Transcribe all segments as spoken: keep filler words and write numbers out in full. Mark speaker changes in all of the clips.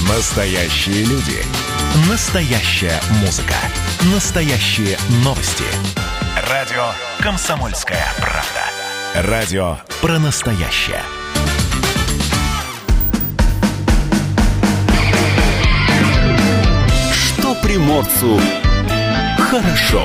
Speaker 1: Настоящие люди. Настоящая музыка. Настоящие новости. Радио «Комсомольская правда». Радио про настоящее. Что приморцу хорошо.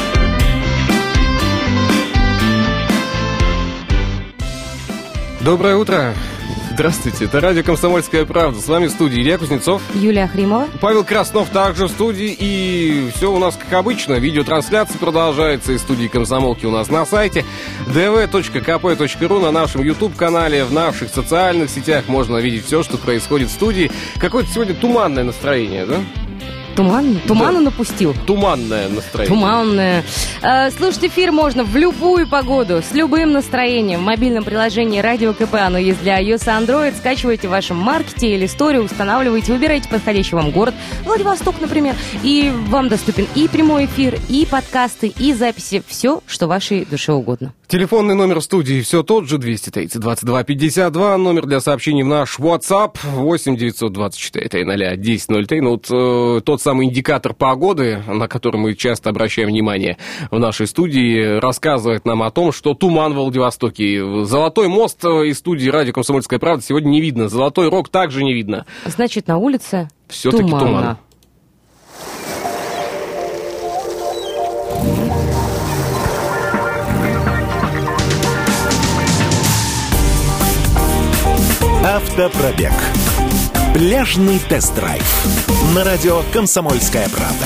Speaker 2: Доброе утро. Здравствуйте, это радио «Комсомольская правда». С вами в студии Илья Кузнецов,
Speaker 3: Юлия Охримова,
Speaker 2: Павел Краснов также в студии. И все у нас как обычно. Видеотрансляция продолжается из студии «Комсомолки» у нас на сайте дэ вэ точка ка пэ точка ру, на нашем YouTube-канале, в наших социальных сетях можно видеть все, что происходит в студии. Какое-то сегодня туманное настроение, да?
Speaker 3: Туман? Туману
Speaker 2: да.
Speaker 3: напустил?
Speaker 2: Туманное настроение.
Speaker 3: Туманное. Э, слушать эфир можно в любую погоду, с любым настроением. В мобильном приложении Радио КП, оно есть для iOS и Android. Скачивайте в вашем маркете или сторе, устанавливайте, выбирайте подходящий вам город, Владивосток, например. И вам доступен и прямой эфир, и подкасты, и записи. Все, что вашей душе угодно.
Speaker 2: Телефонный номер студии все тот же, двести тридцать двадцать два пятьдесят два. Номер для сообщений в наш WhatsApp восемь девятьсот двадцать четыре три ноль десять ноль три. Ну, вот э, тот самый индикатор погоды, на который мы часто обращаем внимание в нашей студии, рассказывает нам о том, что туман в Владивостоке. Золотой мост из студии радио «Комсомольская правда» сегодня не видно. Золотой Рог также не видно.
Speaker 3: Значит, на улице
Speaker 2: все-таки
Speaker 3: туманно.
Speaker 2: Туман.
Speaker 1: Автопробег. Пляжный тест-драйв. На радио «Комсомольская правда».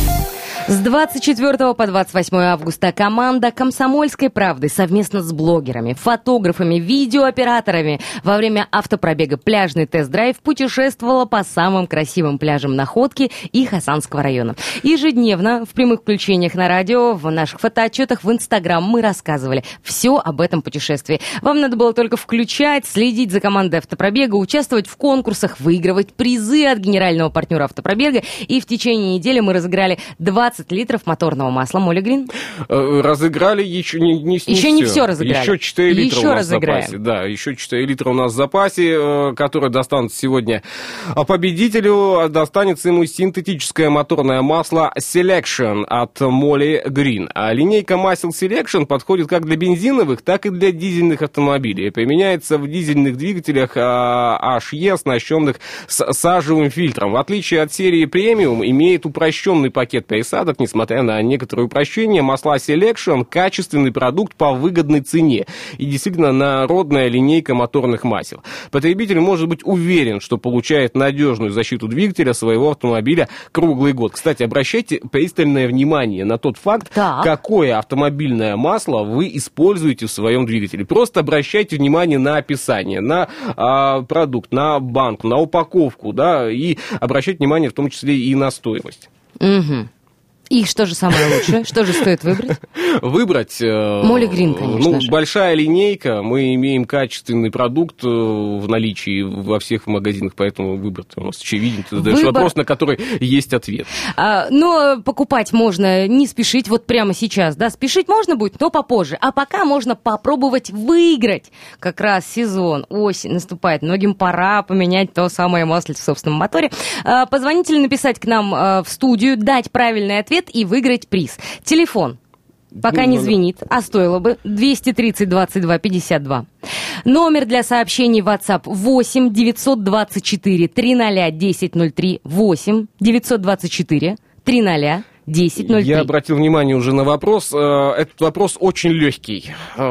Speaker 3: С двадцать четвёртого по двадцать восьмое августа команда «Комсомольской правды» совместно с блогерами, фотографами, видеооператорами во время автопробега «Пляжный тест-драйв» путешествовала по самым красивым пляжам Находки и Хасанского района. Ежедневно в прямых включениях на радио, в наших фотоотчетах в Инстаграм мы рассказывали все об этом путешествии. Вам надо было только включать, следить за командой автопробега, участвовать в конкурсах, выигрывать призы от генерального партнера автопробега. И в течение недели мы разыграли двадцать литров моторного масла Молли Грин.
Speaker 2: Разыграли еще не, не, не
Speaker 3: Еще
Speaker 2: все.
Speaker 3: не все разыграли.
Speaker 2: Еще четыре литра
Speaker 3: еще
Speaker 2: у нас
Speaker 3: разыграем.
Speaker 2: в запасе. Да, еще четыре литра у нас в запасе, которые достанутся сегодня. А победителю достанется ему синтетическое моторное масло Selection от Молли Грин. А линейка масел Selection подходит как для бензиновых, так и для дизельных автомобилей. Применяется в дизельных двигателях эйч и, оснащенных с сажевым фильтром. В отличие от серии премиум, имеет упрощенный пакет пересадок. Несмотря на некоторые упрощения, масла Selection – качественный продукт по выгодной цене и действительно народная линейка моторных масел. Потребитель может быть уверен, что получает надежную защиту двигателя своего автомобиля круглый год. Кстати, обращайте пристальное внимание на тот факт,
Speaker 3: так.
Speaker 2: какое автомобильное масло вы используете в своем двигателе. Просто обращайте внимание на описание, на а, продукт, на банку, на упаковку, да, и обращайте внимание в том числе и на стоимость.
Speaker 3: Угу. И что же самое лучшее? Что же стоит выбрать?
Speaker 2: Выбрать...
Speaker 3: Молли Грин, конечно
Speaker 2: ну,
Speaker 3: же.
Speaker 2: Большая линейка. Мы имеем качественный продукт в наличии во всех магазинах, поэтому выбор у нас очевиден. Ты задаешь
Speaker 3: Выбор...
Speaker 2: вопрос, на который есть ответ.
Speaker 3: А, но покупать можно не спешить вот прямо сейчас, да? Спешить можно будет, но попозже. А пока можно попробовать выиграть. Как раз сезон, осень наступает. Многим пора поменять то самое масло в собственном моторе. А, позвонить или написать к нам а, в студию, дать правильный ответ и выиграть приз. Телефон пока
Speaker 2: ну,
Speaker 3: не
Speaker 2: ну,
Speaker 3: звенит, а стоило бы двести тридцать двадцать два пятьдесят два. Номер для сообщений в WhatsApp восемь девятьсот двадцать четыре три ноль десять ноль три. восемь девятьсот двадцать четыре три ноль десять ноль три.
Speaker 2: Я обратил внимание уже на вопрос. Этот вопрос очень легкий.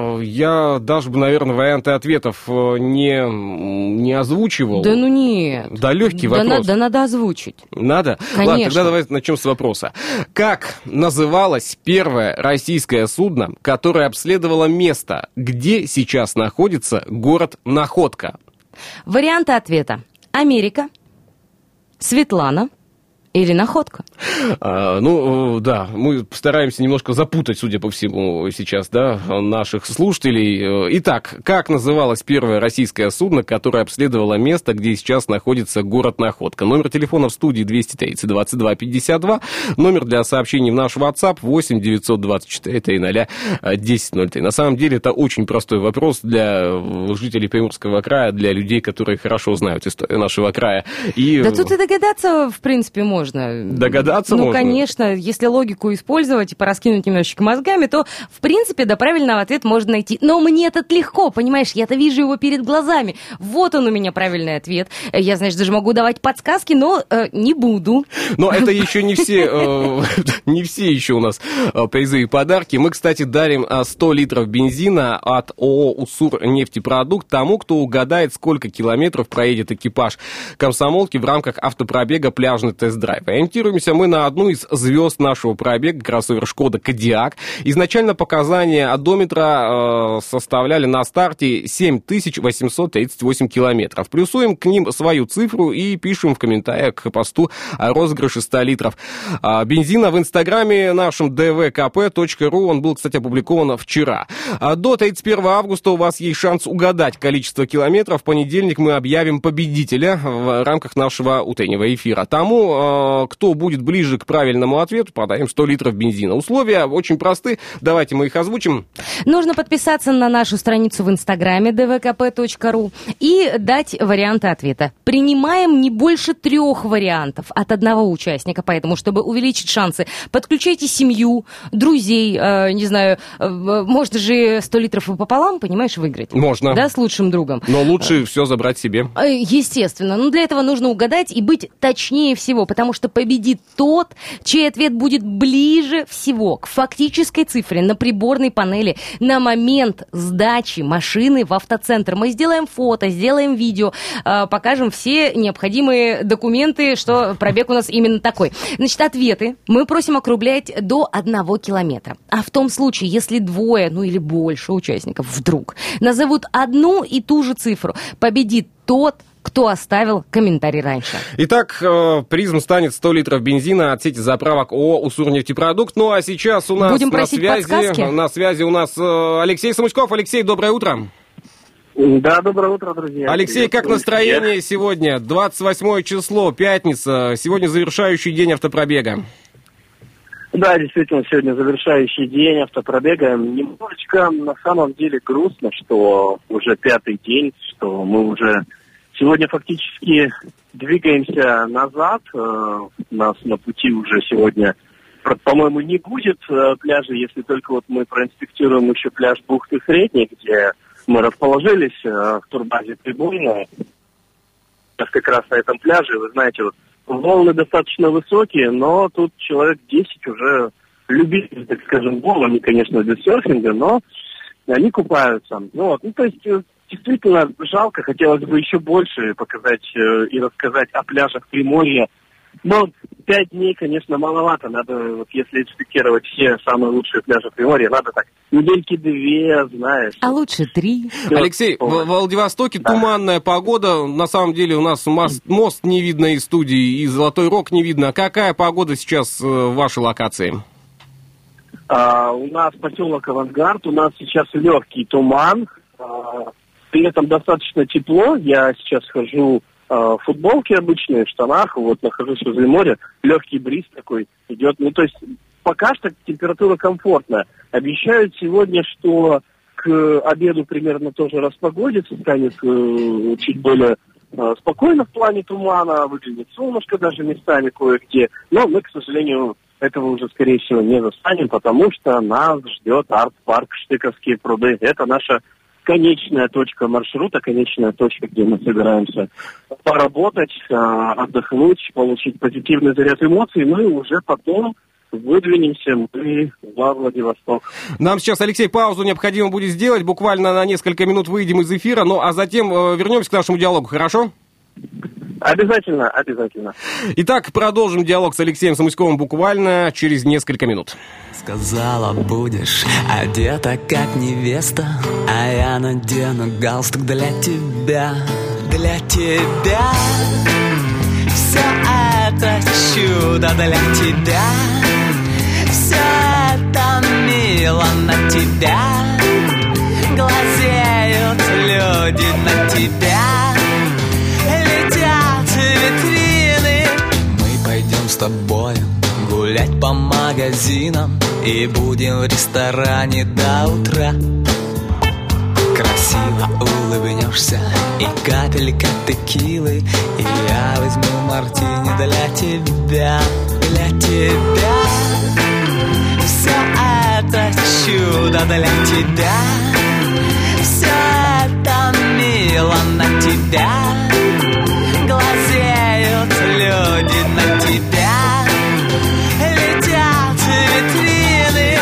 Speaker 2: Я даже бы, наверное, варианты ответов не, не озвучивал.
Speaker 3: Да ну нет.
Speaker 2: Да, легкий
Speaker 3: да
Speaker 2: вопрос.
Speaker 3: На, да надо озвучить.
Speaker 2: Надо?
Speaker 3: Конечно.
Speaker 2: Ладно, тогда давайте начнем с вопроса. Как называлось первое российское судно, которое обследовало место, где сейчас находится город Находка?
Speaker 3: Варианты ответа. Америка, Светлана, Или находка.
Speaker 2: А, ну, да, мы постараемся немножко запутать, судя по всему, сейчас, да, наших слушателей. Итак, как называлось первое российское судно, которое обследовало место, где сейчас находится город Находка? Номер телефона в студии двести тридцать двадцать два пятьдесят два. Номер для сообщений в наш WhatsApp восемь девятьсот двадцать четыре три ноль десять ноль три. На самом деле, это очень простой вопрос для жителей Приморского края, для людей, которые хорошо знают историю нашего края. И...
Speaker 3: Да тут и догадаться, в принципе, можно.
Speaker 2: Догадаться
Speaker 3: ну,
Speaker 2: можно?
Speaker 3: Ну, конечно, если логику использовать и пораскинуть немножечко мозгами, то, в принципе, до правильного ответа можно найти. Но мне это легко, понимаешь, я-то вижу его перед глазами. Вот он у меня правильный ответ. Я, значит, даже могу давать подсказки, но э, не буду.
Speaker 2: Но это еще не все, э, не все еще у нас призы и подарки. Мы, кстати, дарим сто литров бензина от ООО «Уссурнефтепродукт» тому, кто угадает, сколько километров проедет экипаж комсомолки в рамках автопробега «Пляжный тест-драйв». Ориентируемся мы на одну из звезд нашего пробега, кроссовер «Шкода Кодиак». Изначально показания одометра э, составляли на старте семь тысяч восемьсот тридцать восемь километров. Плюсуем к ним свою цифру и пишем в комментариях к посту о розыгрыше ста литров э, бензина в инстаграме нашем ди ви ка пи точка ру. Он был, кстати, опубликован вчера. А до тридцать первого августа у вас есть шанс угадать количество километров. В понедельник мы объявим победителя в рамках нашего утреннего эфира. Тому, э, кто будет ближе к правильному ответу, подаем сто литров бензина. Условия очень просты. Давайте мы их озвучим.
Speaker 3: Нужно подписаться на нашу страницу в инстаграме ди ви ка пи точка ру и дать варианты ответа. Принимаем не больше трех вариантов от одного участника, поэтому, чтобы увеличить шансы, подключайте семью, друзей, э, не знаю, э, можно же сто литров пополам, понимаешь, выиграть.
Speaker 2: Можно.
Speaker 3: Да, с лучшим другом.
Speaker 2: Но лучше все забрать себе.
Speaker 3: Естественно. Но для этого нужно угадать и быть точнее всего, потому что победит тот, чей ответ будет ближе всего к фактической цифре на приборной панели на момент сдачи машины в автоцентр. Мы сделаем фото, сделаем видео, покажем все необходимые документы, что пробег у нас именно такой. Значит, ответы мы просим округлять до одного километра. А в том случае, если двое, ну или больше участников вдруг назовут одну и ту же цифру, победит тот, кто оставил комментарий раньше.
Speaker 2: Итак, призом станет сто литров бензина от сети заправок ООО «Уссурнефтепродукт». Ну а сейчас у нас
Speaker 3: Будем
Speaker 2: на связи,
Speaker 3: подсказки?
Speaker 2: на связи у нас Алексей Самуськов. Алексей, доброе утро.
Speaker 4: Да, доброе утро, друзья.
Speaker 2: Алексей, как настроение сегодня? двадцать восьмое число, пятница. Сегодня завершающий день автопробега.
Speaker 4: Да, действительно, сегодня завершающий день автопробега. Немножечко на самом деле грустно, что уже пятый день, что мы уже сегодня фактически двигаемся назад. У нас на пути уже сегодня, по-моему, не будет пляжа, если только вот мы проинспектируем еще пляж бухты Средней, где мы расположились в турбазе Прибойная. Как раз на этом пляже, вы знаете, вот волны достаточно высокие, но тут человек десять уже любителей, так скажем, волн. Они, конечно, для серфинга, но они купаются. Ну, вот. Ну, то есть, действительно жалко. Хотелось бы еще больше показать э, и рассказать о пляжах Приморья. Но пять дней, конечно, маловато. Надо, вот если инспектировать все самые лучшие пляжи Приморья, надо так недельки две, знаешь.
Speaker 3: А лучше три.
Speaker 2: Все. Алексей, в, в Владивостоке да. Туманная погода. На самом деле у нас мост, мост не видно из студии, и Золотой Рог не видно. Какая погода сейчас в вашей локации?
Speaker 4: А, у нас поселок Авангард, у нас сейчас легкий туман. А, при этом достаточно тепло. Я сейчас хожу в футболке обычные, в штанах, вот нахожусь возле моря, легкий бриз такой идет. Ну, то есть пока что температура комфортная. Обещают сегодня, что к обеду примерно тоже распогодится, станет э, чуть более э, спокойно в плане тумана, выглянет солнышко даже местами кое-где. Но мы, к сожалению, этого уже, скорее всего, не застанем, потому что нас ждет арт-парк Штыковские пруды. Это наша конечная точка маршрута, конечная точка, где мы собираемся поработать, отдохнуть, получить позитивный заряд эмоций, ну и уже потом выдвинемся мы во Владивосток.
Speaker 2: Нам сейчас, Алексей, паузу необходимо будет сделать, буквально на несколько минут выйдем из эфира, ну а затем вернемся к нашему диалогу, хорошо?
Speaker 4: Обязательно, обязательно.
Speaker 2: Итак, продолжим диалог с Алексеем Самуськовым буквально через несколько минут.
Speaker 5: Сказала, будешь одета как невеста, а я надену галстук для тебя, для тебя. Все это чудо для тебя. Все это мило на тебя. Глазеют люди на тебя. Летят витрины. Мы пойдем с тобой гулять по магазинам и будем в ресторане до утра. Красиво улыбнешься и капелька текилы, и я возьму мартини для тебя, для тебя. Все это чудо для тебя. Все это мило на тебя. Глазеют люди на тебя. Летят витрины.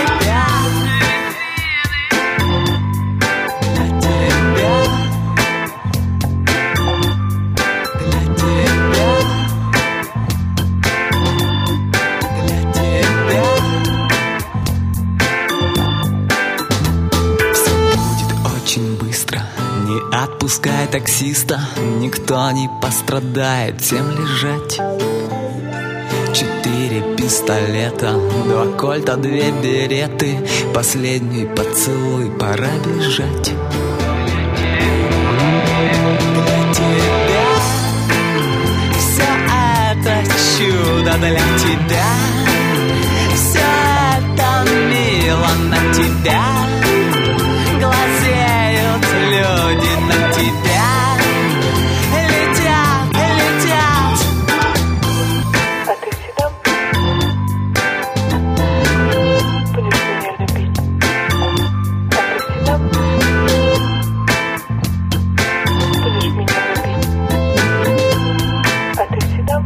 Speaker 5: Отпускай таксиста, никто не пострадает, всем лежать. Четыре пистолета, два кольта, две береты, последний поцелуй, пора бежать. Для тебя все это чудо для тебя. Все это мило на тебя. Глазеют люди на тебя. Летят, летят.
Speaker 6: А ты всегда будешь меня любить? А ты всегда будешь меня любить? А ты всегда.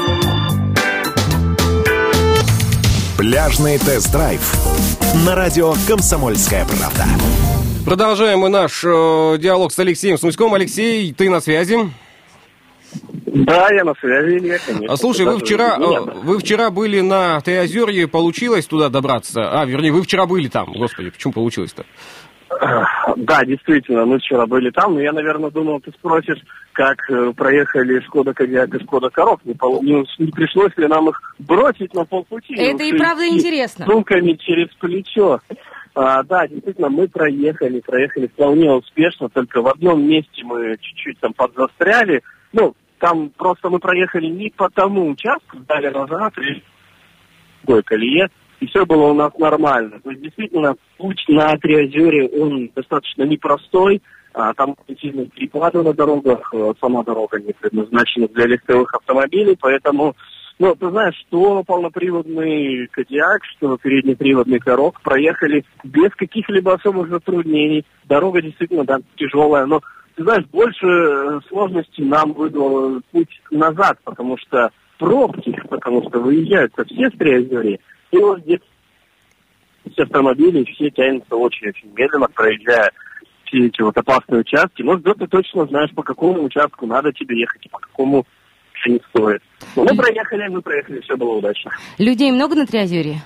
Speaker 1: Пляжный тест-драйв на радио «Комсомольская правда».
Speaker 2: Продолжаем мы наш э, диалог с Алексеем Смуськовым. Алексей, ты на связи?
Speaker 4: Да, я на связи, Илья, конечно.
Speaker 2: Слушай, вы вчера, э, вы вчера были на Триозерье, получилось туда добраться? А, вернее, вы вчера были там. Господи, почему получилось-то?
Speaker 4: Да, действительно, мы вчера были там, но я, наверное, думал, ты спросишь, как э, проехали Шкода Кодиак и Шкода Корок, не, пол... не, не пришлось ли нам их бросить на полпути.
Speaker 3: Это и правда интересно.
Speaker 4: Сумками через плечо. А, да, действительно, мы проехали, проехали вполне успешно, только в одном месте мы чуть-чуть там подзастряли. Ну, там просто мы проехали не по тому участку, дали назад, и в другой колее, и все было у нас нормально. То есть, действительно, путь на Триозере, он достаточно непростой, а, там сильные перепады на дорогах, сама дорога не предназначена для легковых автомобилей, поэтому... Ну, ты знаешь, что полноприводный Кодиак, что переднеприводный Корок проехали без каких-либо особых затруднений. Дорога действительно, да, тяжелая, но, ты знаешь, больше сложностей нам выдал путь назад, потому что пробки, потому что выезжают-то все с Триозерья, и вот здесь все автомобили, все тянутся очень-очень медленно, проезжая все эти вот опасные участки. Но зато ты точно знаешь, по какому участку надо тебе ехать и по какому не стоит. Но мы проехали, мы проехали, все было удачно.
Speaker 3: Людей много на Триозерье?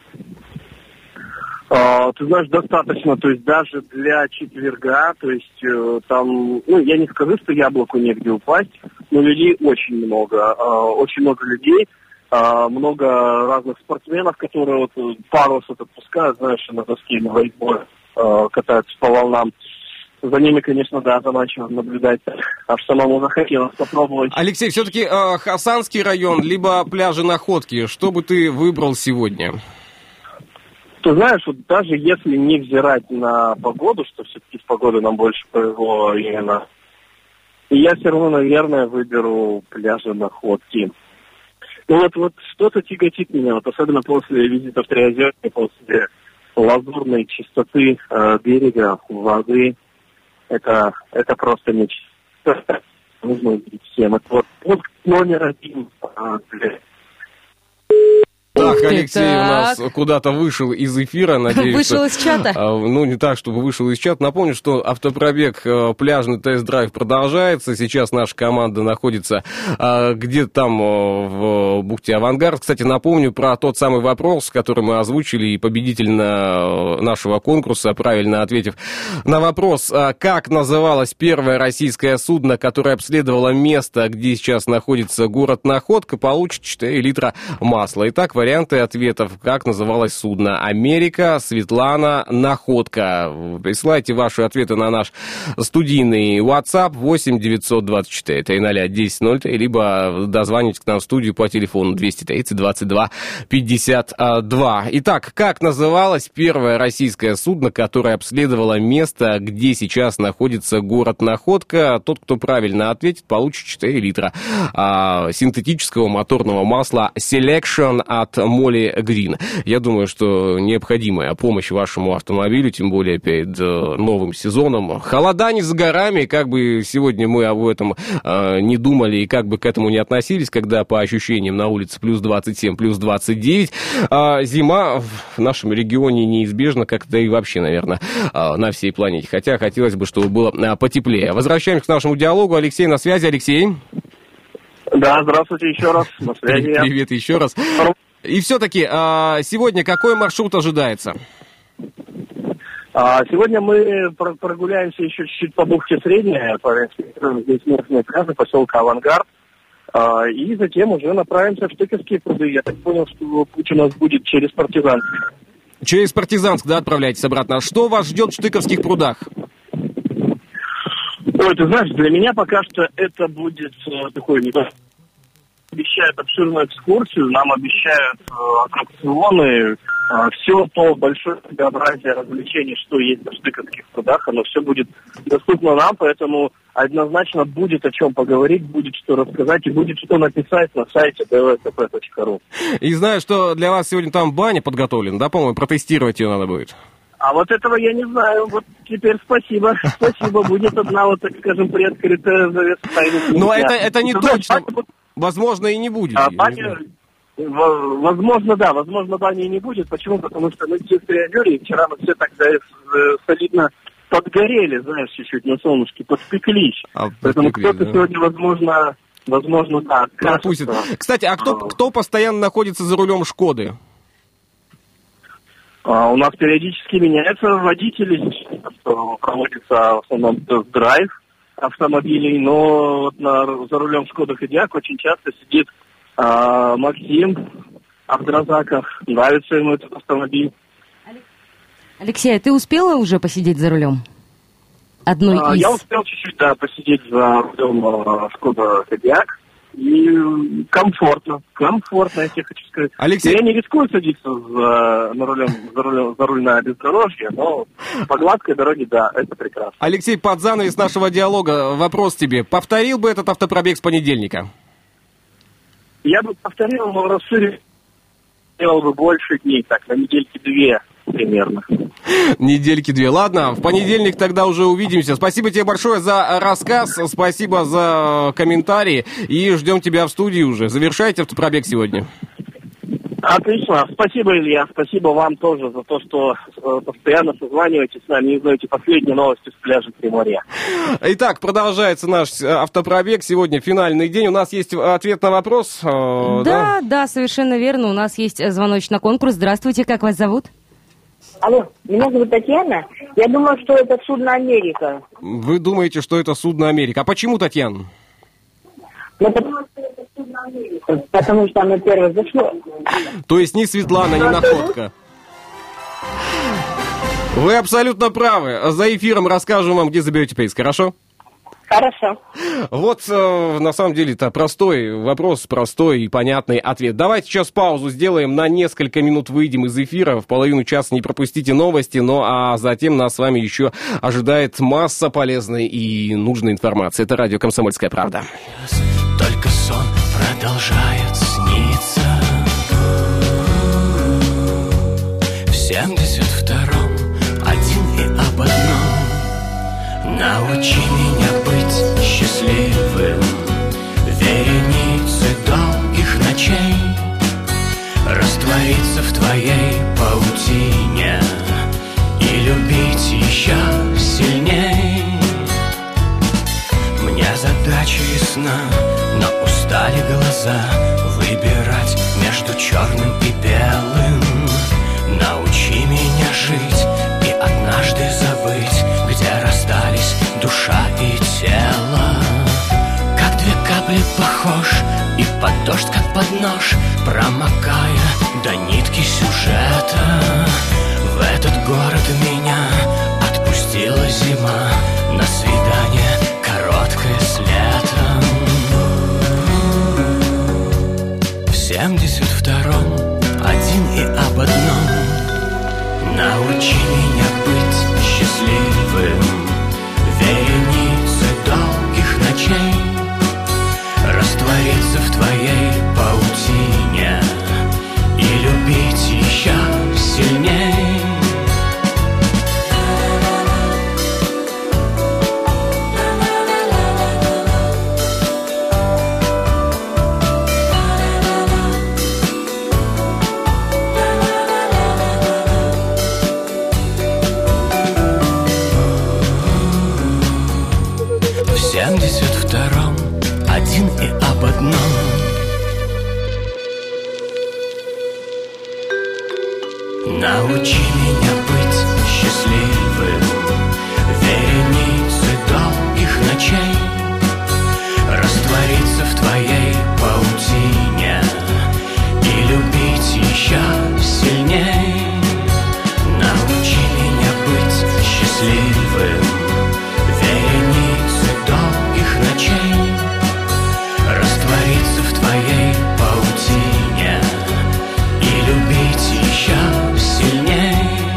Speaker 4: А, ты знаешь, достаточно, то есть даже для четверга, то есть э, там, ну, я не скажу, что яблоку негде упасть, но людей очень много, а, очень много людей, а, много разных спортсменов, которые вот парус вот отпускают, знаешь, на доске на вейкборде а, катаются по волнам. За ними, конечно, да, заманчиво наблюдать. Аж самому захотелось попробовать.
Speaker 2: Алексей, все-таки э, Хасанский район, либо пляжи Находки. Что бы ты выбрал сегодня?
Speaker 4: Ты знаешь, вот даже если не взирать на погоду, что все-таки с погодой нам больше повезло именно, я все равно, наверное, выберу пляжи Находки. Ну вот, вот что-то тяготит меня, вот особенно после визита в Триозерье, после лазурной чистоты э, берега, воды. Это, это просто нечто. Нужно увидеть всем. Это вот пункт номер один. А,
Speaker 2: Так,
Speaker 3: ты,
Speaker 2: Алексей
Speaker 3: так.
Speaker 2: у нас куда-то вышел из эфира, надеюсь.
Speaker 3: Вышел из чата?
Speaker 2: Ну, не так, чтобы вышел из чата. Напомню, что автопробег, пляжный тест-драйв продолжается. Сейчас наша команда находится где-то там в бухте Авангард. Кстати, напомню про тот самый вопрос, который мы озвучили, и победитель нашего конкурса, правильно ответив на вопрос, как называлось первое российское судно, которое обследовало место, где сейчас находится город Находка, получит четыре литра масла. Итак, варианты ответов. Как называлось судно? Америка, Светлана, Находка. Присылайте ваши ответы на наш студийный WhatsApp восемь девятьсот двадцать четыре триста десять ноль три, либо дозвонитесь к нам в студию по телефону двести тридцать двадцать два пятьдесят два. Итак, как называлось первое российское судно, которое обследовало место, где сейчас находится город Находка? Тот, кто правильно ответит, получит четыре литра а, синтетического моторного масла Selection от Molly Green. Я думаю, что необходимая помощь вашему автомобилю, тем более перед э, новым сезоном. Холода не за горами, как бы сегодня мы об этом э, не думали и как бы к этому не относились, когда по ощущениям на улице плюс двадцать семь, плюс двадцать девять. Э, зима в нашем регионе неизбежна, как-то и вообще, наверное, э, на всей планете. Хотя хотелось бы, чтобы было э, потеплее. Возвращаемся к нашему диалогу. Алексей на связи. Алексей.
Speaker 4: Да, здравствуйте еще раз. На связи.
Speaker 2: Привет еще раз. И все-таки сегодня какой маршрут ожидается?
Speaker 4: Сегодня мы прогуляемся еще чуть-чуть по бухте Средняя, по здесь местные пляжи, поселка Авангард. И затем уже направимся в Штыковские пруды. Я так понял, что путь у нас будет через Партизанск.
Speaker 2: Через Партизанск, да, отправляйтесь обратно. Что вас ждет в Штыковских прудах?
Speaker 4: Ой, ты знаешь, для меня пока что это будет э, такой, не знаю, обещают обширную экскурсию, нам обещают э, аттракционы, э, все то большое многообразие развлечений, что есть на Штыковских прудах, оно все будет доступно нам, поэтому однозначно будет о чем поговорить, будет что рассказать и будет что написать на сайте дэ вэ тэ пэ точка ру.
Speaker 2: И знаю, что для вас сегодня там баня подготовлена, да, по-моему, протестировать ее надо будет.
Speaker 4: А вот этого я не знаю. Вот теперь спасибо. Спасибо. Будет одна, вот, так скажем, приоткрытая завеса тайны.
Speaker 2: Но это, это не точно. Возможно, и не будет.
Speaker 4: А, баня, возможно, да. Возможно, бани и не будет. Почему? Потому что мы все в тренажере, и вчера мы все тогда солидно подгорели, знаешь, чуть-чуть на солнышке, подспеклись. А, Поэтому кто-то да. сегодня, возможно, возможно, да,
Speaker 2: пропустит. Кстати, а кто, кто постоянно находится за рулем Шкоды?
Speaker 4: Uh, у нас периодически меняются водители, что проводится в основном тест-драйв автомобилей, но вот на, за рулем Шкода Кодиак очень часто сидит uh, Максим Абдразаков. Нравится ему этот автомобиль.
Speaker 3: Алексей, а ты успела уже посидеть за рулем? Одной uh, из...
Speaker 4: Я успел чуть-чуть, да, посидеть за рулем uh, Шкода Кодиак. И комфортно, комфортно, я тебе хочу сказать.
Speaker 2: Алексей...
Speaker 4: Я не рискую садиться за, на рулем, за, рулем, за руль на бездорожье, но по гладкой дороге, да, это прекрасно.
Speaker 2: Алексей, под занавес нашего диалога вопрос тебе. Повторил бы этот автопробег с понедельника?
Speaker 4: Я бы повторил, но расширил, сделал бы больше дней, так, на недельки две примерно.
Speaker 2: Недельки две. Ладно, в понедельник тогда уже увидимся. Спасибо тебе большое за рассказ, спасибо за комментарии и ждем тебя в студии уже. Завершайте автопробег сегодня.
Speaker 4: Отлично. Спасибо, Илья. Спасибо вам тоже за то, что э, постоянно созваниваетесь с нами и узнаете последние новости с пляжа Приморья.
Speaker 2: Итак, продолжается наш автопробег. Сегодня финальный день. У нас есть ответ на вопрос. Э,
Speaker 3: да, да, да, совершенно верно. У нас есть звоночный конкурс. Здравствуйте, как вас зовут?
Speaker 7: Алло, меня зовут Татьяна. Я думаю, что это судно «Америка».
Speaker 2: Вы думаете, что это судно «Америка». А почему, Татьяна?
Speaker 7: Ну, потому что это судно «Америка». Потому что оно первое зашло.
Speaker 2: То есть ни Светлана, ни Находка. Вы абсолютно правы. За эфиром расскажем вам, где заберете приз, хорошо?
Speaker 7: Хорошо.
Speaker 2: Вот, э, на самом деле, это простой вопрос, простой и понятный ответ. Давайте сейчас паузу сделаем, на несколько минут выйдем из эфира, в половину часа не пропустите новости, ну а затем нас с вами еще ожидает масса полезной и нужной информации. Это радио «Комсомольская правда».
Speaker 5: Только сон продолжает сниться. В семьдесят втором один и об одном. Научи меня быть счастливым. Вереницы долгих ночей растворяются
Speaker 8: раствориться в твоей паутине и любить еще сильней. Мне задача ясна, но устали глаза выбирать между черным и белым. Научи меня жить и однажды забыть, где расстались душа и тело. Как две капли похож и под дождь, как под нож, промокая до нитки сюжета. В этот город меня отпустила зима, на свидание короткое с летом. В семьдесят втором один и об одном: научи меня быть счастливым. Вереницы долгих ночей раствориться в твоей паутине и любить еще сильней. В семьдесят втором один и об одном: научи меня быть счастливым. Вереницы долгих ночей раствориться в твоей паутине и любить еще сильней. Научи меня быть счастливым. Вереницы долгих ночей раствориться в твоей паутине и любить еще сильней.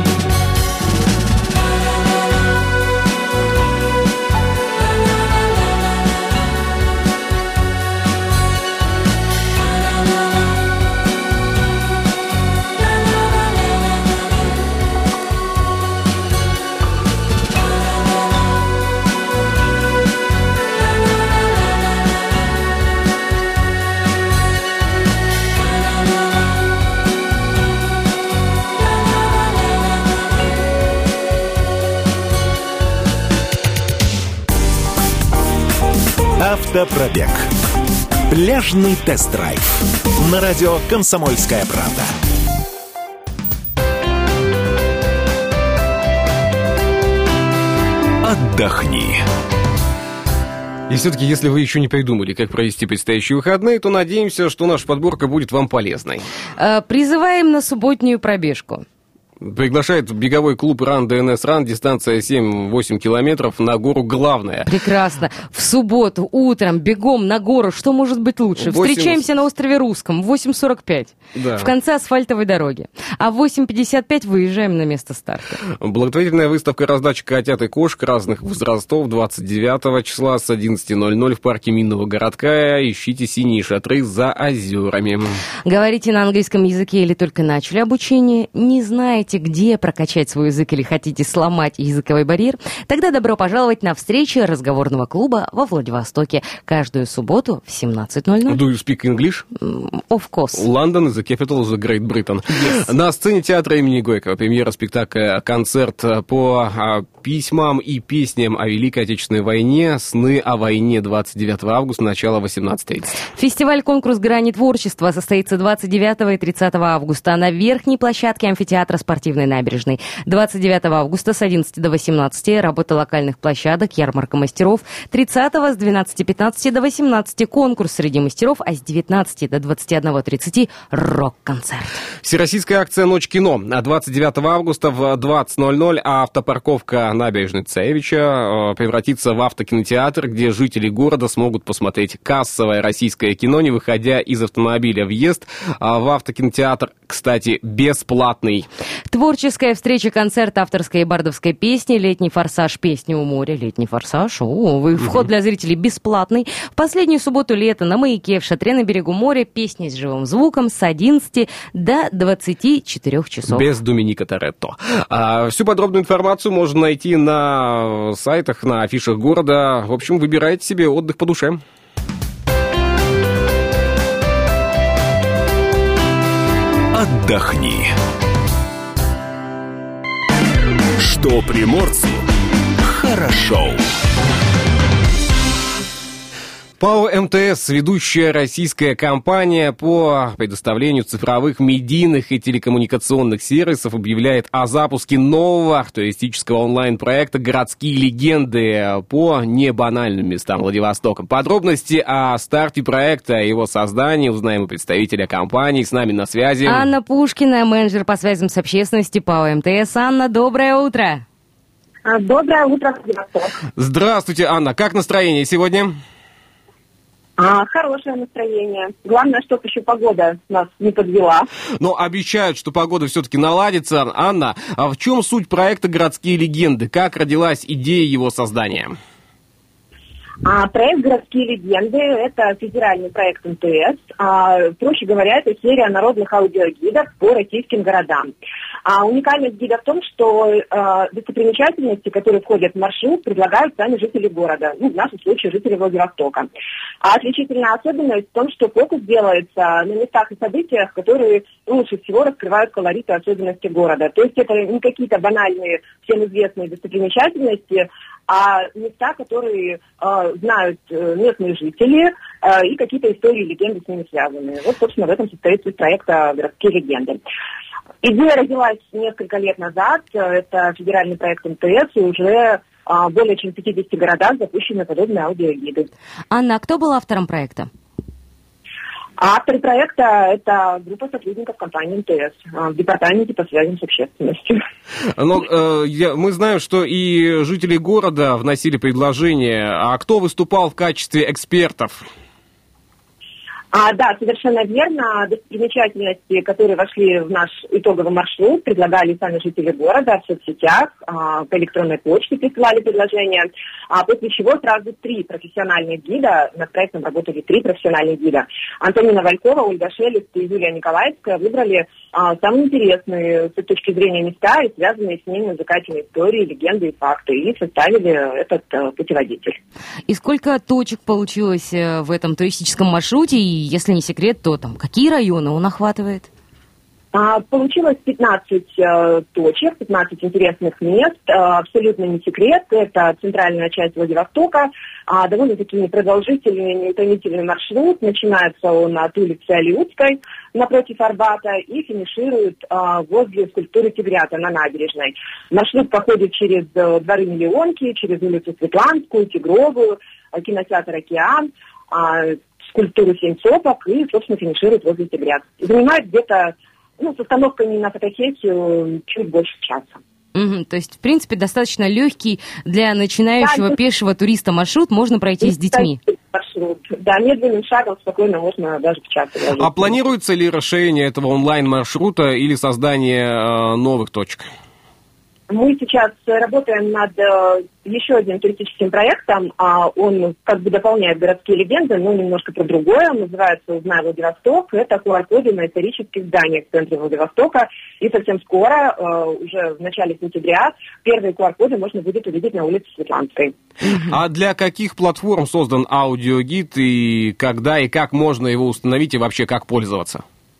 Speaker 1: Автопробег. Пляжный тест-драйв. На радио «Комсомольская правда». Отдохни.
Speaker 2: И все-таки, если вы еще не придумали, как провести предстоящие выходные, то надеемся, что наша подборка будет вам полезной.
Speaker 3: Э, Призываем на субботнюю пробежку.
Speaker 2: Приглашает беговой клуб Run ди эн эс Run, дистанция семь-восемь километров, на гору Главная.
Speaker 3: Прекрасно. В субботу утром бегом на гору. Что может быть лучше?
Speaker 2: восемь...
Speaker 3: Встречаемся на острове Русском в восемь сорок пять.
Speaker 2: Да.
Speaker 3: В конце асфальтовой дороги. А в восемь пятьдесят пять выезжаем на место старта.
Speaker 2: Благотворительная выставка раздачи котят и кошек разных возрастов двадцать девятого числа с одиннадцати ноль-ноль в парке Минного городка. Ищите синие шатры за озерами.
Speaker 3: Говорите на английском языке или только начали обучение? Не знаете, где прокачать свой язык или хотите сломать языковой барьер? Тогда добро пожаловать на встречи разговорного клуба во Владивостоке каждую субботу в семнадцать ноль-ноль.
Speaker 2: Do you speak English?
Speaker 3: Of course.
Speaker 2: London is the capital of the Great Britain. Yes. На сцене театра имени Горького премьера спектакля «Концерт по а, письмам и песням о Великой Отечественной войне. Сны о войне» двадцать девятого августа, начало восемнадцать тридцать.
Speaker 3: Фестиваль-конкурс «Грани творчества» состоится двадцать девятого и тридцатого августа на верхней площадке амфитеатра «Спортивной набережной». двадцать девятого августа с одиннадцати до восемнадцати работа локальных площадок, ярмарка мастеров. тридцатого с двенадцати пятнадцати до восемнадцати конкурс среди мастеров, а с девятнадцати до двадцати одного тридцати рок-концерт.
Speaker 2: Всероссийская акция «Ночь кино» двадцать девятого августа в двадцать ноль-ноль, а автопарковка набережной Царевича превратится в автокинотеатр, где жители города смогут посмотреть кассовое российское кино, не выходя из автомобиля. Въезд в автокинотеатр, кстати, бесплатный.
Speaker 3: Творческая встреча, концерт авторской и бардовской песни, летний форсаж, песни у моря, летний форсаж. О, вы, вход для зрителей бесплатный. В последнюю субботу лета на Маяке в шатре на берегу моря песни с живым звуком с одиннадцати до двадцати четырёх часов.
Speaker 2: Без Доминика Торетто. А, всю подробную информацию можно найти на сайтах, на афишах города. В общем, выбирайте себе отдых по душе.
Speaker 1: отдохни. Что приморцу хорошо.
Speaker 2: ПАО МТС, ведущая российская компания по предоставлению цифровых медийных и телекоммуникационных сервисов, объявляет о запуске нового туристического онлайн-проекта «Городские легенды» по небанальным местам Владивостока. Подробности о старте проекта и его создании узнаем у представителя компании. С нами на связи
Speaker 3: Анна Пушкина, менеджер по связям с общественностью ПАО МТС. Анна, доброе утро.
Speaker 7: Доброе утро, Владивосток.
Speaker 2: Здравствуйте, Анна. Как настроение сегодня?
Speaker 7: А, хорошее настроение. Главное, чтобы еще погода нас не подвела.
Speaker 2: Но обещают, что погода все-таки наладится. Анна, а в чем суть проекта «Городские легенды»? Как родилась идея его создания?
Speaker 7: А, проект «Городские легенды» — это федеральный проект МТС. А, проще говоря, это серия народных аудиогидов по российским городам. А уникальность гида в том, что э, достопримечательности, которые входят в маршрут, предлагают сами жители города, ну, в нашем случае жители Владивостока. А отличительная особенность в том, что фокус делается на местах и событиях, которые лучше всего раскрывают колорит и особенности города. То есть это не какие-то банальные, всем известные достопримечательности, а места, которые э, знают э, местные жители э, и какие-то истории и легенды с ними связаны. Вот, собственно, в этом состоит суть проекта «Городские легенды». Идея родилась несколько лет назад. Это федеральный проект МТС, и уже а, более чем в пятидесяти городах запущены подобные аудиогиды.
Speaker 3: Анна, а кто был автором проекта?
Speaker 7: Авторы проекта – это группа сотрудников компании МТС в департаменте по связям с общественностью.
Speaker 2: Но э, я, мы знаем, что и жители города вносили предложения. А кто выступал в качестве экспертов?
Speaker 7: А, да, совершенно верно. Достопримечательности, которые вошли в наш итоговый маршрут, предлагали сами жители города в соцсетях, а, по электронной почте присылали предложения. А после чего сразу три профессиональных гида, над проектом работали три профессиональных гида. Антонина Валькова, Ольга Шелест и Юлия Николаевская выбрали а, самые интересные с точки зрения места и связанные с ними музыкальные истории, легенды и факты, и составили этот а, путеводитель.
Speaker 3: И сколько точек получилось в этом туристическом маршруте? И если не секрет, то там какие районы он охватывает?
Speaker 7: А, получилось пятнадцать э, точек, пятнадцать интересных мест. А, абсолютно не секрет. Это центральная часть Владивостока. А, довольно-таки непродолжительный, неутомительный маршрут. Начинается он от улицы Алиутской напротив Арбата и финиширует а, возле скульптуры Тигрята на набережной. Маршрут проходит через э, дворы Миллионки, через улицу Светланскую, Тигровую, кинотеатр «Океан», а, скульптуру «Семь сопок» и, собственно, финиширует возле Тигрят. Занимает где-то, ну, с остановкой на фотосессию чуть больше часа.
Speaker 3: Угу, то есть, в принципе, достаточно легкий для начинающего да, пешего туриста маршрут, можно пройти с детьми.
Speaker 7: Маршрут. Да, медленным шагом спокойно можно даже в час.
Speaker 2: А планируется ли расширение этого онлайн-маршрута или создание э, новых точек?
Speaker 7: Мы сейчас работаем над э, еще одним туристическим проектом. А он как бы дополняет «Городские легенды», но немножко про другое. Он называется «Узнай Владивосток». Это ку ар-коды на исторических зданиях в центре Владивостока. И совсем скоро, э, уже в начале сентября, первые ку ар-коды можно будет увидеть на улице Светланской.
Speaker 2: А для каких платформ создан аудиогид, и когда и как можно его установить, и вообще как пользоваться?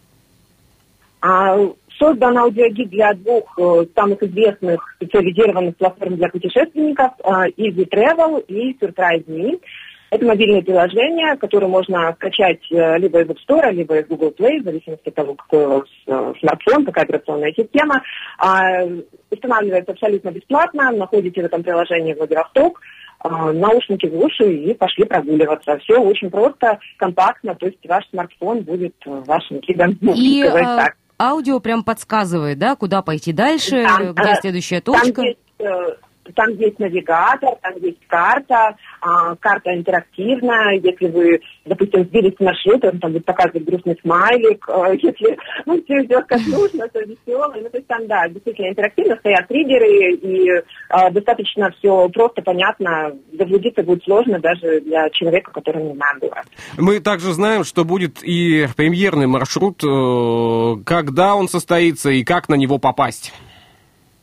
Speaker 7: А, Создан аудиогид для двух э, самых известных специализированных платформ для путешественников э, Easy Travel и Surprise Me. Это мобильное приложение, которое можно скачать э, либо из App Store, либо из Google Play, в зависимости от того, какой у вас э, смартфон, какая операционная система. Э, устанавливается абсолютно бесплатно, находите в этом приложении Владивосток, э, наушники в уши и пошли прогуливаться. Все очень просто, компактно, то есть ваш смартфон будет вашим гидом, можно
Speaker 3: и,
Speaker 7: сказать
Speaker 3: а...
Speaker 7: так.
Speaker 3: Аудио прям подсказывает, да, куда пойти дальше,
Speaker 7: там,
Speaker 3: где
Speaker 7: э,
Speaker 3: следующая точка?
Speaker 7: Там есть, э, там есть навигатор, там есть карта, э, карта интерактивная. Если вы, допустим, сбились с маршрута, там будет показывать грустный смайлик. Э, если ну, все идет как нужно, то весело. Ну, то есть там, да, действительно интерактивно, стоят триггеры, и э, достаточно все просто, понятно. Заблудиться будет сложно даже для человека, который не знает город.
Speaker 2: Мы также знаем, что будет и премьерный маршрут. Когда он состоится и как на него попасть?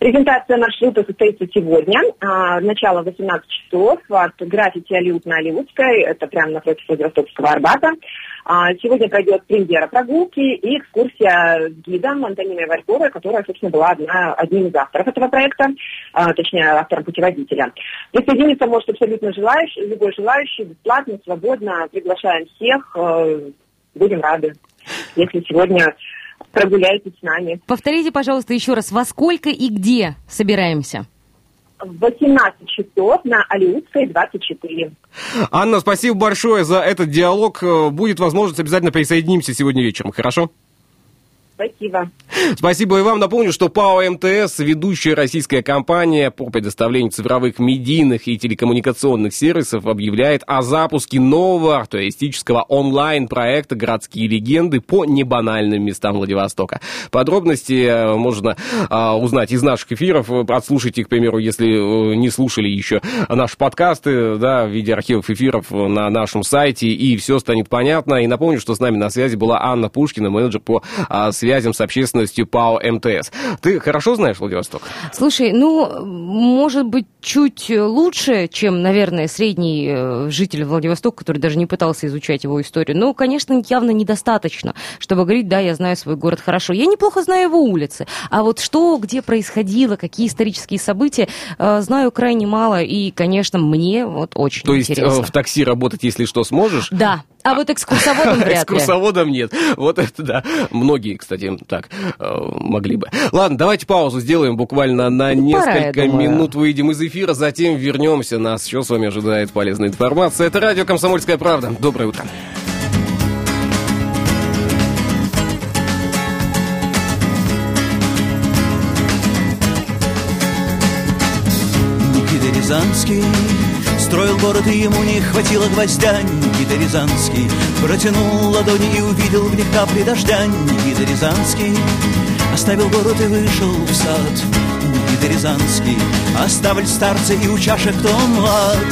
Speaker 7: Презентация маршрута состоится сегодня. Начало в восемнадцать часов от граффити Алиут на Алиутской. Это прямо напротив Владивостокского Арбата. Сегодня пройдет премьера прогулки и экскурсия с гидом Антониной Варьковой, которая, собственно, была одна, одним из авторов этого проекта, точнее, автором путеводителя. Присоединиться может абсолютно желающий, любой желающий, бесплатно, свободно. Приглашаем всех. Будем рады, если сегодня прогуляйтесь с нами.
Speaker 3: Повторите, пожалуйста, еще раз, во сколько и где собираемся?
Speaker 7: В восемнадцать часов на Алиутской, двадцать четыре.
Speaker 2: Анна, спасибо большое за этот диалог. Будет возможность, обязательно присоединимся сегодня вечером, хорошо?
Speaker 7: Спасибо.
Speaker 2: Спасибо и вам. Напомню, что ПАО МТС, ведущая российская компания по предоставлению цифровых медийных и телекоммуникационных сервисов, объявляет о запуске нового туристического онлайн-проекта «Городские легенды» по небанальным местам Владивостока. Подробности можно а, узнать из наших эфиров. Отслушайте, к примеру, если не слушали еще наши подкасты, да, в виде архивов эфиров на нашем сайте, и все станет понятно. И напомню, что с нами на связи была Анна Пушкина, менеджер по а, связи связям с общественностью ПАО МТС. Ты хорошо знаешь Владивосток?
Speaker 3: Слушай, ну, может быть, чуть лучше, чем, наверное, средний житель Владивостока, который даже не пытался изучать его историю. Но, конечно, явно недостаточно, чтобы говорить, да, я знаю свой город хорошо. Я неплохо знаю его улицы. А вот что, где происходило, какие исторические события, знаю крайне мало. И, конечно, мне вот очень
Speaker 2: То
Speaker 3: интересно.
Speaker 2: То есть в такси работать, если что, сможешь?
Speaker 3: Да. А вот экскурсоводом вряд ли.
Speaker 2: Экскурсоводом нет. Вот это да. Многие, кстати, так могли бы. Ладно, давайте паузу сделаем буквально на несколько минут. Выйдем из эфира, затем вернемся. Нас еще с вами ожидает полезная информация. Это радио «Комсомольская правда». Доброе утро.
Speaker 9: Никита Рязанский строил город, и ему не хватило гвоздя. Никита Рязанский протянул ладони и увидел в них капли дождя. Никита Рязанский оставил город и вышел в сад. Никита Рязанский оставил старца и у чашек кто млад.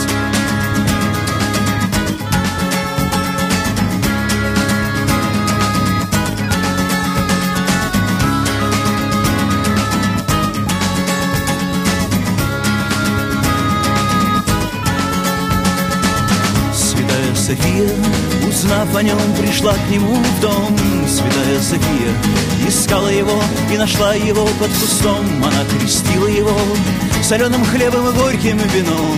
Speaker 9: София, узнав о нем, пришла к нему в дом. Святая София искала его и нашла его под кустом. Она крестила его соленым хлебом и горьким вином.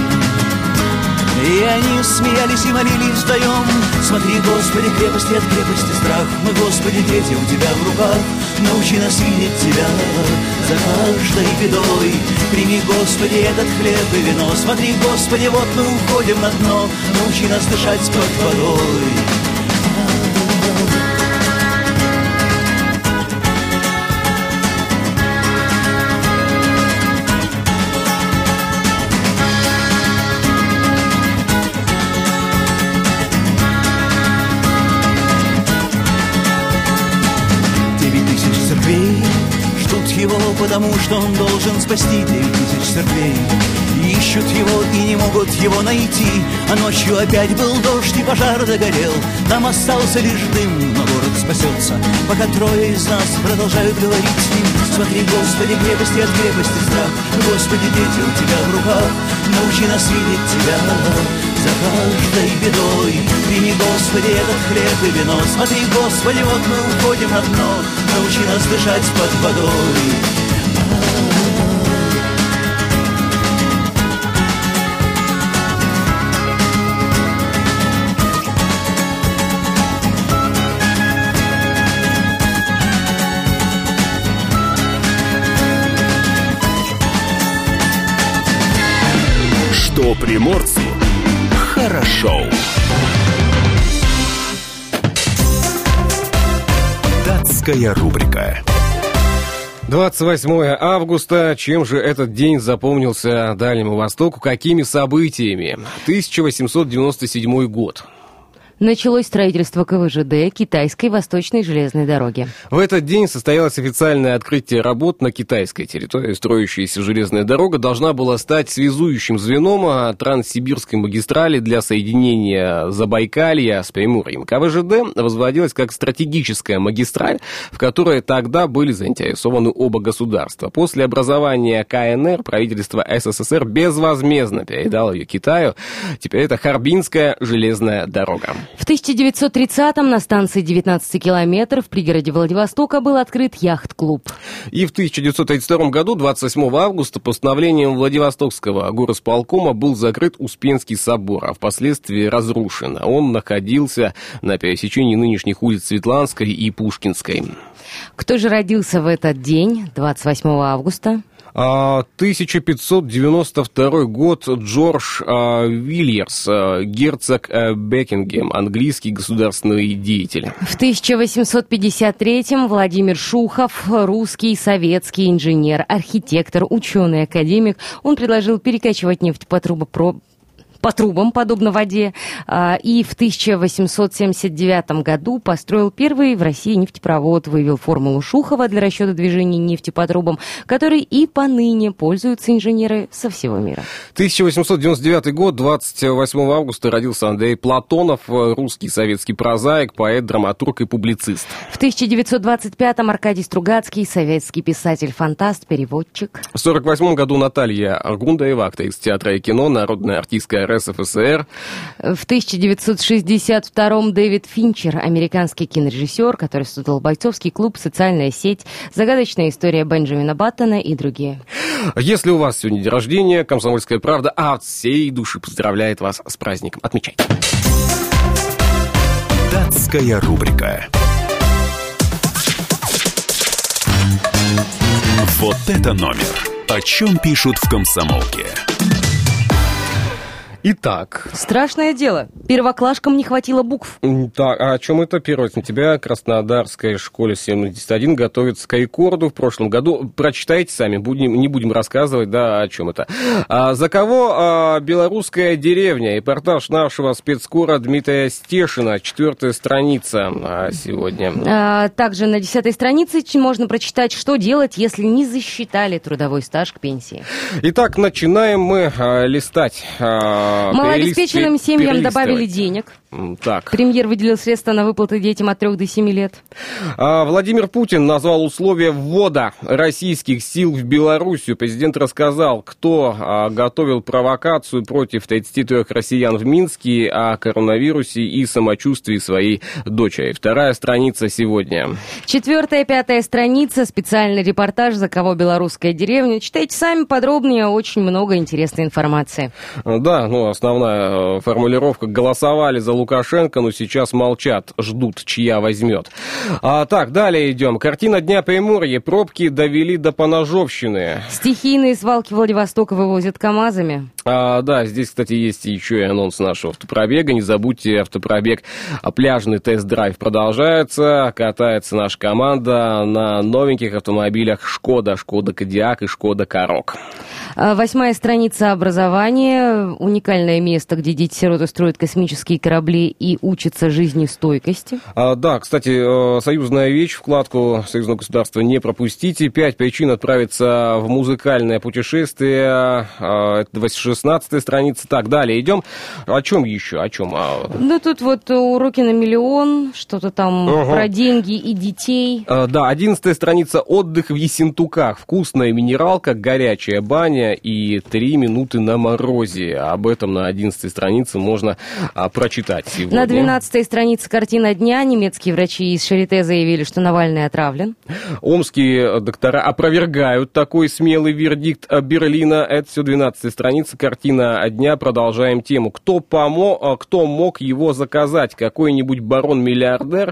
Speaker 9: И они смеялись и молились вдвоем. Смотри, Господи, крепости от крепости страх. Мы, Господи, дети у Тебя в руках. Научи нас видеть Тебя за каждой бедой. Прими, Господи, этот хлеб и вино. Смотри, Господи, вот мы уходим на дно. Научи нас дышать под водой. Его, потому что он должен спасти девять тысяч церквей. Ищут его и не могут его найти. А ночью опять был дождь и пожар догорел. Там остался лишь дым, но город спасется, пока трое из нас продолжают говорить с ним. Смотри, Господи, крепости от крепости страх. Господи, дети у Тебя в руках. Научи нас видеть Тебя за каждой бедой. Прими, Господи, этот хлеб и вино. Смотри, Господи, вот мы уходим на дно. Научи нас дышать под водой.
Speaker 1: Что приморцу хорошо. Датская рубрика.
Speaker 2: двадцать восьмое августа. Чем же этот день запомнился Дальнему Востоку? Какими событиями? тысяча восемьсот девяносто седьмой год.
Speaker 3: Началось строительство ка вэ жэ дэ, Китайской Восточной железной дороги.
Speaker 2: В этот день состоялось официальное открытие работ на китайской территории. Строящаяся железная дорога должна была стать связующим звеном Транссибирской магистрали для соединения Забайкалья с Приморьем. ка вэ жэ дэ возводилась как стратегическая магистраль, в которой тогда были заинтересованы оба государства. После образования ка эн эр правительство эс эс эс эр безвозмездно передало ее Китаю. Теперь это Харбинская железная дорога.
Speaker 3: В тысяча девятьсот тридцатом на станции девятнадцать километров в пригороде Владивостока был открыт яхт-клуб.
Speaker 2: И в тысяча девятьсот тридцать втором году, двадцать восьмого августа, постановлением Владивостокского горосполкома был закрыт Успенский собор, а впоследствии разрушен. Он находился на пересечении нынешних улиц Светланской и Пушкинской.
Speaker 3: Кто же родился в этот день, двадцать восьмого августа?
Speaker 2: тысяча пятьсот девяносто второй год. Джордж а, Вильерс, а, герцог а, Бекингем, английский государственный деятель.
Speaker 3: В тысяча восемьсот пятьдесят третьем Владимир Шухов, русский советский инженер, архитектор, ученый, академик. Он предложил перекачивать нефть по трубопроводу. по трубам, подобно воде, и в тысяча восемьсот семьдесят девятом году построил первый в России нефтепровод, вывел формулу Шухова для расчета движения нефти по трубам, которой и поныне пользуются инженеры со всего мира.
Speaker 2: тысяча восемьсот девяносто девятый год, двадцать восьмого августа, родился Андрей Платонов, русский советский прозаик, поэт, драматург и публицист.
Speaker 3: В тысяча девятьсот двадцать пятом Аркадий Стругацкий, советский писатель-фантаст, переводчик.
Speaker 2: В сорок восьмом году Наталья Гундаева, актриса театра и кино, народная артистка эр эс эф эс эр.
Speaker 3: В тысяча девятьсот шестьдесят втором Дэвид Финчер, американский кинорежиссер, который создал «Бойцовский клуб», «Социальная сеть», «Загадочная история Бенджамина Баттона» и другие.
Speaker 2: Если у вас сегодня день рождения, «Комсомольская правда» от всей души поздравляет вас с праздником. Отмечайте.
Speaker 1: Датская рубрика. Вот это номер. О чем пишут в «Комсомолке».
Speaker 2: Итак.
Speaker 3: Страшное дело. Первоклашкам не хватило букв.
Speaker 2: Так, а о чем это? первого сентября Краснодарской школе семьдесят один готовится к рекорду в прошлом году. Прочитайте сами, будем, не будем рассказывать, да, о чем это. А, за кого а, белорусская деревня? Репортаж нашего спецкора Дмитрия Стешина. Четвертая страница а, сегодня.
Speaker 3: А, также на десятой странице можно прочитать, что делать, если не засчитали трудовой стаж к пенсии.
Speaker 2: Итак, начинаем мы а, листать. А,
Speaker 3: Малообеспеченным семьям добавили денег.
Speaker 2: Так.
Speaker 3: Премьер выделил средства на выплаты детям от трёх до семи лет.
Speaker 2: А, Владимир Путин назвал условия ввода российских сил в Белоруссию. Президент рассказал, кто а, готовил провокацию против тридцати трёх россиян в Минске, о коронавирусе и самочувствии своей дочери. Вторая страница сегодня.
Speaker 3: Четвертая, пятая страница. Специальный репортаж «За кого белорусская деревня». Читайте сами подробнее, очень много интересной информации.
Speaker 2: Да, ну, основная формулировка: голосовали за Лукашенко, но сейчас молчат, ждут, чья возьмет. А, так, далее идем. Картина Дня Приморья. Пробки довели до поножовщины.
Speaker 3: Стихийные свалки Владивостока вывозят КАМАЗами.
Speaker 2: А, да, здесь, кстати, есть еще и анонс нашего автопробега. Не забудьте, автопробег, пляжный тест-драйв продолжается. Катается наша команда на новеньких автомобилях Шкода, Шкода Кодиак и Шкода Корок.
Speaker 3: Восьмая страница образования. Уникальное место, где дети-сироты строят космические корабли и учатся жизнестойкости. А,
Speaker 2: да, кстати, союзная вещь, вкладку союзного государства не пропустите. Пять причин отправиться в музыкальное путешествие. Это шестнадцатая страница. Так, далее идем. О чем еще? О чем?
Speaker 3: Ну, тут вот уроки на миллион, что-то там угу. про деньги и детей.
Speaker 2: А, да, одиннадцатая страница. Отдых в Ессентуках. Вкусная минералка, горячая баня и три минуты на морозе. Об этом на одиннадцатой странице можно а, прочитать сегодня.
Speaker 3: На двенадцатой странице картина дня. Немецкие врачи из Шарите заявили, что Навальный отравлен.
Speaker 2: Омские доктора опровергают такой смелый вердикт Берлина. Это все двенадцатая страница. Картина дня. Продолжаем тему. Кто, помо... Кто мог его заказать? Какой-нибудь барон-миллиардер?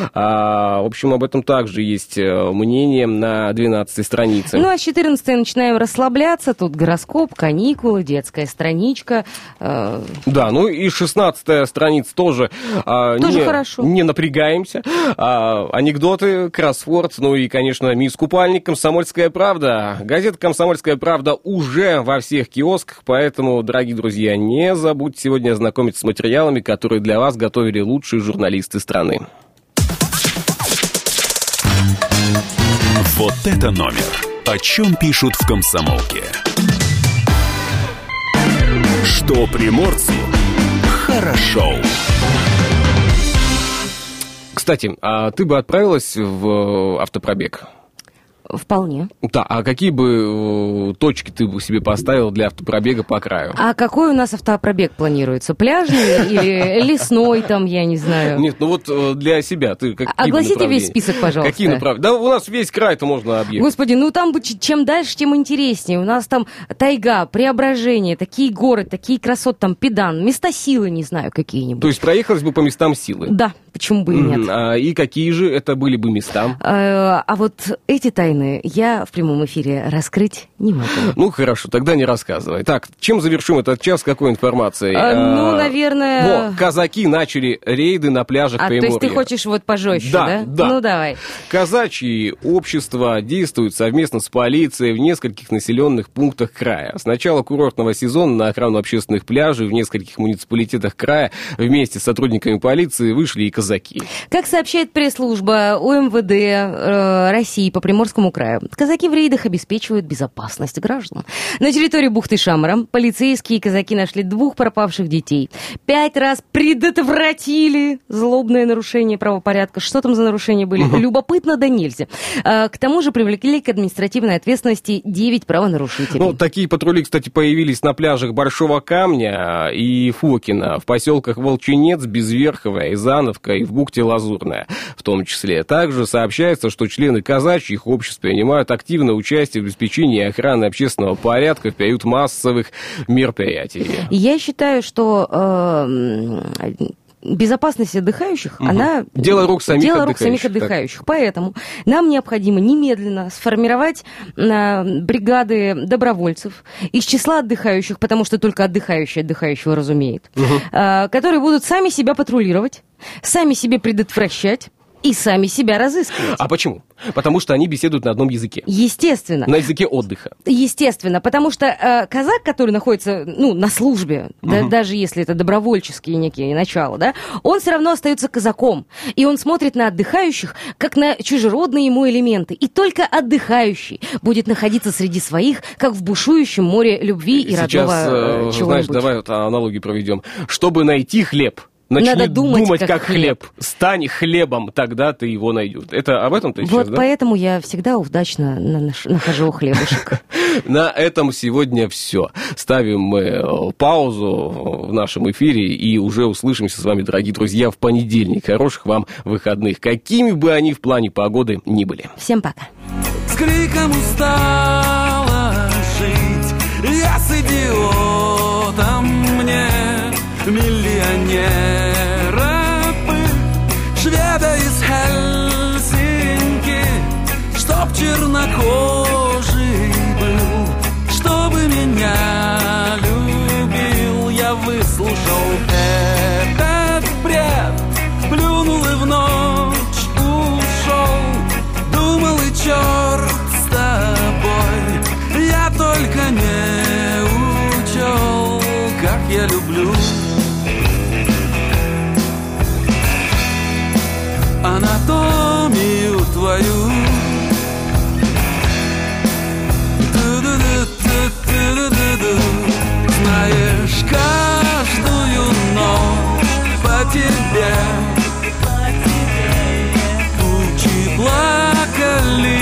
Speaker 2: А, в общем, об этом также есть мнение на двенадцатой странице.
Speaker 3: Ну, а с четырнадцатой начинаем расслабляться. Тут гороскоп, каникулы, детская страничка. Э...
Speaker 2: Да, ну и шестнадцатая страница страниц тоже, а,
Speaker 3: тоже
Speaker 2: не,
Speaker 3: хорошо.
Speaker 2: не напрягаемся. А, анекдоты, кроссворд, ну и, конечно, мисс-купальник, «Комсомольская правда». Газета «Комсомольская правда» уже во всех киосках, поэтому, дорогие друзья, не забудьте сегодня ознакомиться с материалами, которые для вас готовили лучшие журналисты страны.
Speaker 1: Вот это номер. О чем пишут в «Комсомолке». Что приморцу хорошо.
Speaker 2: Кстати, а ты бы отправилась в автопробег?
Speaker 3: Вполне.
Speaker 2: Да, а какие бы э, точки ты бы себе поставил для автопробега по краю?
Speaker 3: А какой у нас автопробег планируется? Пляжный или лесной там, я не знаю?
Speaker 2: Нет, ну вот э, для себя ты какие
Speaker 3: Огласите
Speaker 2: бы
Speaker 3: весь список, пожалуйста.
Speaker 2: Какие направления? Да у нас весь край-то можно объехать.
Speaker 3: Господи, ну там бы ч- чем дальше, тем интереснее. У нас там тайга, Преображение, такие горы, такие красоты, там Педан, места силы, не знаю, какие-нибудь.
Speaker 2: То есть проехалась бы по местам силы?
Speaker 3: Да, почему бы и нет.
Speaker 2: М, а, и какие же это были бы места?
Speaker 3: А, а вот эти тайны я в прямом эфире раскрыть не могу.
Speaker 2: Ну, хорошо, тогда не рассказывай. Так, чем завершим этот час, какой информацией?
Speaker 3: А, ну,
Speaker 2: А,
Speaker 3: наверное...
Speaker 2: Во, казаки начали рейды на пляжах
Speaker 3: А, то
Speaker 2: Приморья.
Speaker 3: есть ты хочешь вот пожестче,
Speaker 2: Да,
Speaker 3: да?
Speaker 2: да.
Speaker 3: Ну, давай.
Speaker 2: Казачьи общества действуют совместно с полицией в нескольких населенных пунктах края. С начала курортного сезона на охрану общественных пляжей в нескольких муниципалитетах края вместе с сотрудниками полиции вышли и казаки.
Speaker 3: Как сообщает пресс-служба УМВД э, России по Приморскому краю, казаки в рейдах обеспечивают безопасность граждан. На территории бухты Шамара полицейские и казаки нашли двух пропавших детей. Пять раз предотвратили злобное нарушение правопорядка. Что там за нарушения были? Угу. Любопытно да нельзя. А, к тому же привлекли к административной ответственности девять правонарушителей.
Speaker 2: Ну, такие патрули, кстати, появились на пляжах Большого Камня и Фокина, в поселках Волчинец, Безверховая, Изановка и в бухте Лазурная в том числе. Также сообщается, что члены казачьих обществ принимают активное участие в обеспечении и охране общественного порядка в период массовых мероприятий.
Speaker 3: Я считаю, что э, безопасность отдыхающих, угу. она...
Speaker 2: Дело рук самих
Speaker 3: дело
Speaker 2: отдыхающих.
Speaker 3: рук самих отдыхающих. Так. Поэтому нам необходимо немедленно сформировать э, бригады добровольцев из числа отдыхающих, потому что только отдыхающий отдыхающего разумеет, угу. э, которые будут сами себя патрулировать, сами себе предотвращать и сами себя разыскивать.
Speaker 2: А почему? Потому что они беседуют на одном языке.
Speaker 3: Естественно.
Speaker 2: На языке отдыха.
Speaker 3: Естественно, потому что э, казак, который находится, ну, на службе, угу. да, даже если это добровольческие некие начала, да, он все равно остается казаком. И он смотрит на отдыхающих, как на чужеродные ему элементы. И только отдыхающий будет находиться среди своих, как в бушующем море любви и
Speaker 2: Сейчас,
Speaker 3: родного э, чего-нибудь.
Speaker 2: Знаешь, давай вот аналогию проведем. Чтобы найти хлеб, начни
Speaker 3: Надо думать,
Speaker 2: думать
Speaker 3: как
Speaker 2: как хлеб.
Speaker 3: хлеб.
Speaker 2: Стань хлебом, тогда ты его найдешь. Это об этом ты сейчас,
Speaker 3: Вот
Speaker 2: да?
Speaker 3: поэтому я всегда удачно нахожу хлебушек.
Speaker 2: На этом сегодня все. Ставим мы паузу в нашем эфире и уже услышимся с вами, дорогие друзья, в понедельник. Хороших вам выходных, какими бы они в плане погоды ни были.
Speaker 3: Всем пока.
Speaker 5: С криком устала жить, я с идиотом мне миллионера быть, шведа из Хельсинки, чтоб чернокожий был, чтобы меня любил. Я выслушал этот бред, плюнул и в ночь ушел. Думал, и черт с тобой, я только не учел, как я люблю анатомию твою. Ду-ду-ду-ду-ду-ду-ду. Знаешь, каждую ночь по тебе тучи плакали.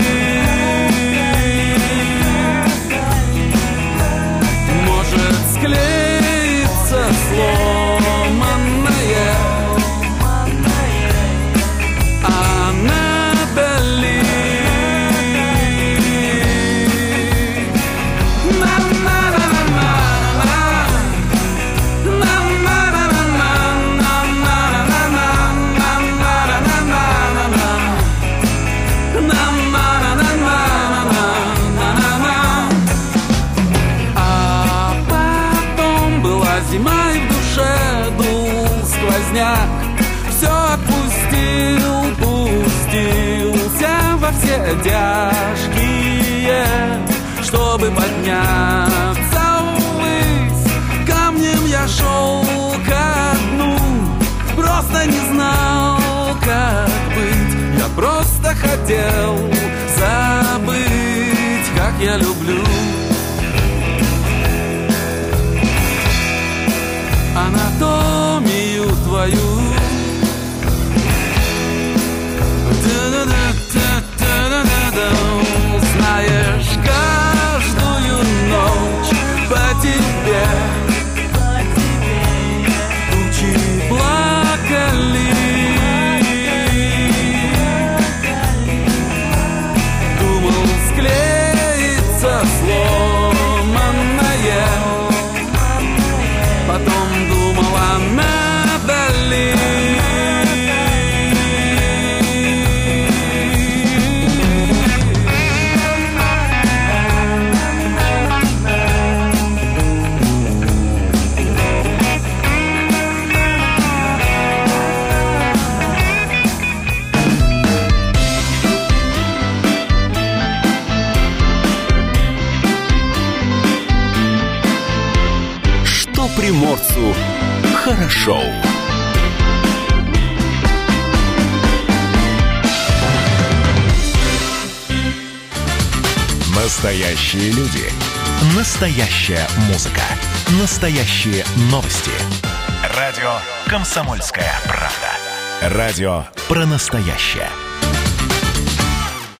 Speaker 5: Может склеиться сломанное, а на дали
Speaker 10: сил пустился во все тяжкие, чтобы подняться ввысь. Камнем я шел ко дну, просто не знал, как быть. Я просто хотел забыть, как я люблю. Анатомию твою. Знаешь, каждую ночь по тебе тучи плакали. Думал, склеится сломанное, потом думал о медали.
Speaker 1: Приморцу хорошо. Настоящие люди. Настоящая музыка. Настоящие новости. Радио «Комсомольская правда». Радио про настоящее.